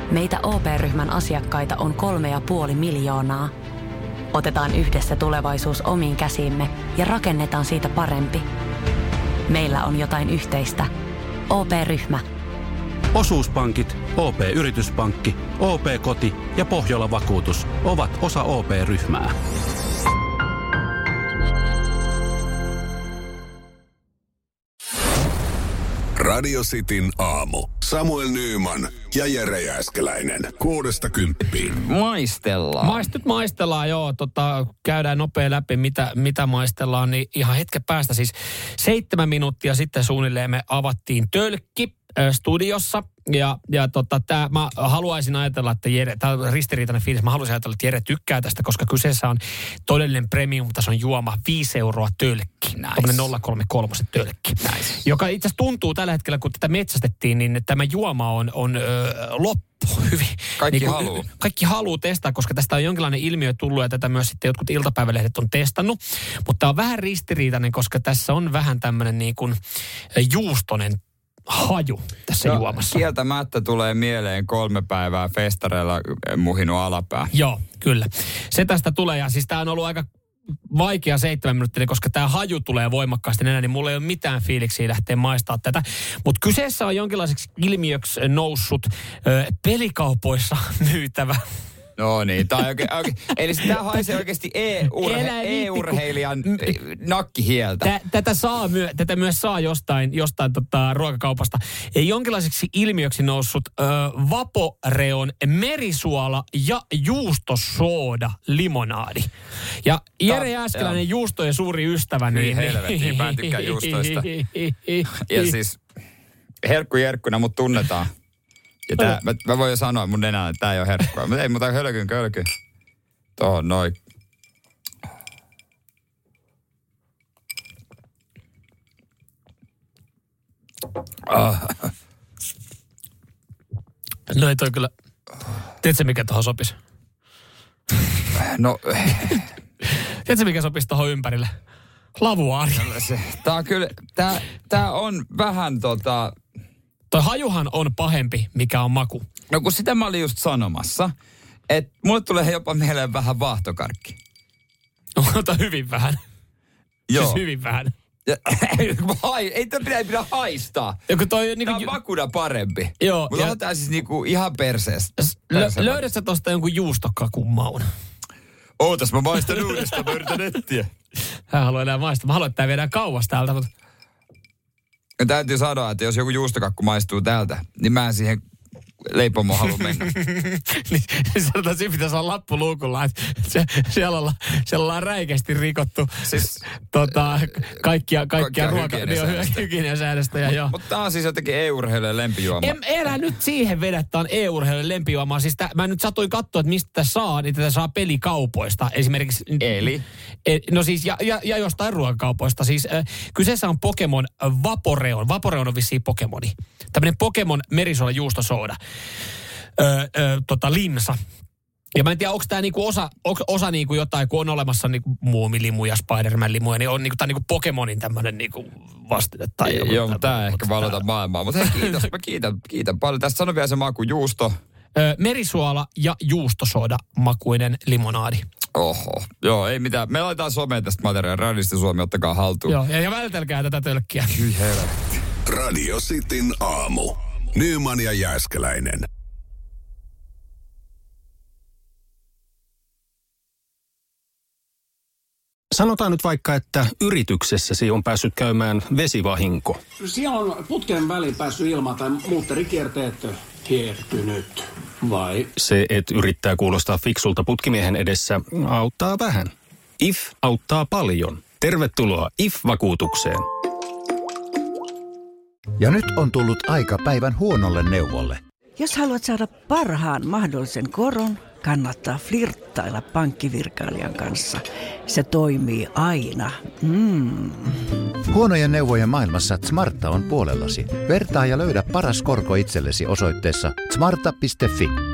Meitä OP-ryhmän asiakkaita on 3,5 miljoonaa. Otetaan yhdessä tulevaisuus omiin käsiimme ja rakennetaan siitä parempi. Meillä on jotain yhteistä. OP-ryhmä. Osuuspankit, OP-yrityspankki, OP-koti ja Pohjola-vakuutus ovat osa OP-ryhmää. Radio Cityn aamu. Samuel Nyyman ja Jere Jääskeläinen. 6–10. Maistellaan. Maistellaan, joo. Käydään nopea läpi, mitä maistellaan. Niin ihan hetken päästä siis 7 minuuttia sitten suunnilleen me avattiin tölkki studiossa. Ja mä haluaisin ajatella, että Jere, tämä on ristiriitainen fiilis, mä haluaisin ajatella, että Jere tykkää tästä, koska kyseessä on todellinen premium-tason juoma, 5 € tölkki. Nice. 033 tölkki. Nice. Joka itse asiassa tuntuu tällä hetkellä, kun tätä metsästettiin, niin tämä juoma on loppu hyvin. Kaikki haluaa testaa, koska tästä on jonkinlainen ilmiö tullut ja tätä myös sitten jotkut iltapäivälehdet on testannut. Mutta tämä on vähän ristiriitainen, koska tässä on vähän tämmöinen niin kuin juustonen haju tässä juomassa. Kieltämättä tulee mieleen 3 päivää festareilla muhinut alapää. Joo, kyllä. Se tästä tulee, ja siis tämä on ollut aika vaikea 7 minuuttia, koska tämä haju tulee voimakkaasti enää, niin mulla ei ole mitään fiiliksiä lähteä maistaa tätä. Mutta kyseessä on jonkinlaiseksi ilmiöksi noussut pelikaupoissa myytävä. No niin, tämä oikein. Eli tämä haisee oikeasti e-urheilijan nakkihieltä. Tätä myös saa jostain ruokakaupasta. Jonkinlaiseksi ilmiöksi noussut Vaporeon merisuola ja juustosooda limonaadi. Ja Jere Jääskeläinen juustojen suuri ystävä. Niin helvettiin, mä en tykkää juustoista. Ja siis herkku mut tunnetaan. Ja mä voin jo sanoa mun nenään, että tää ei ole herkkua. Mutta ei muuta hölkyn. Tuohon noin. No ei toi kyllä. Tiedätkö mikä tuohon sopisi? No. Tiedätkö mikä sopisi tuohon ympärille? Lavuaari. Tää on kyllä, tää on vähän Toi hajuhan on pahempi, mikä on maku. No kun sitä mä olin just sanomassa, että mulle tulee jopa mieleen vähän vaahtokarkki. Ota hyvin vähän. Joo. Siis hyvin vähän. Ei pidä haistaa. Toi on tää on makuna parempi. Joo. Mutta on tää siis niinku ihan perseestä. Löydät sä tosta jonkun juustokakun maun? Ootas, mä maistan uudestaan, mä yritän etsiä. Hän haluaa enää maistaa. Mä haluan, että tää viedään kauas täältä, mutta... Ja täytyy sanoa, että jos joku juustokakku maistuu täältä, niin mä en siihen leipomoon halua mennä. Niin sanotaan, siinä pitäisi olla lappu luukulla, että siellä ollaan räikeästi rikottu siis, kaikkia hygieniasäädöstöjä. Mutta tää on siis jotenkin e-urheilijan lempijuoma. Elä nyt siihen vedä, että tää on e-urheilijan lempijuoma. Siis mä nyt satuin katsoa, että mistä tätä saa, niin tätä saa pelikaupoista. Esimerkiksi... Eli? No siis, ja jostain ruokakaupoista. Siis kyseessä on Pokemon Vaporeon. Vaporeon on vissiin Pokemoni. Tämmönen Pokemon merisuola juustosooda. Limsa. Ja mä en tiedä, onko tämä niinku osa niinku jotain, kun on olemassa niinku muumilimuja, Spider-Man-limuja, niin on niinku, tää niinku Pokemonin tämmönen niinku vastine. Joo, mutta tää ehkä valota maailmaa. Mutta hei, kiitos, mä kiitän paljon. Tästä sano vielä se maku, juusto. Merisuola ja juustosooda makuinen limonaadi. Oho, joo, ei mitään. Me laitetaan someen tästä materiaalia. Radiosti Suomi, ottakaa haltuun. Joo, ja vältelkää tätä tölkkiä. Hyi helvetti. Radio Cityn aamu. Nyyman ja Jääskeläinen. Sanotaan nyt vaikka, että yrityksessäsi on päässyt käymään vesivahinko. Siellä on putken väliin päässyt ilma tai muutterikierteet kiertynyt, vai? Se, että yrittää kuulostaa fiksulta putkimiehen edessä, auttaa vähän. IF auttaa paljon. Tervetuloa IF-vakuutukseen. Ja nyt on tullut aika päivän huonolle neuvolle. Jos haluat saada parhaan mahdollisen koron, kannattaa flirttailla pankkivirkailijan kanssa. Se toimii aina. Huonojen neuvojen maailmassa Smarta on puolellasi. Vertaa ja löydä paras korko itsellesi osoitteessa smarta.fi.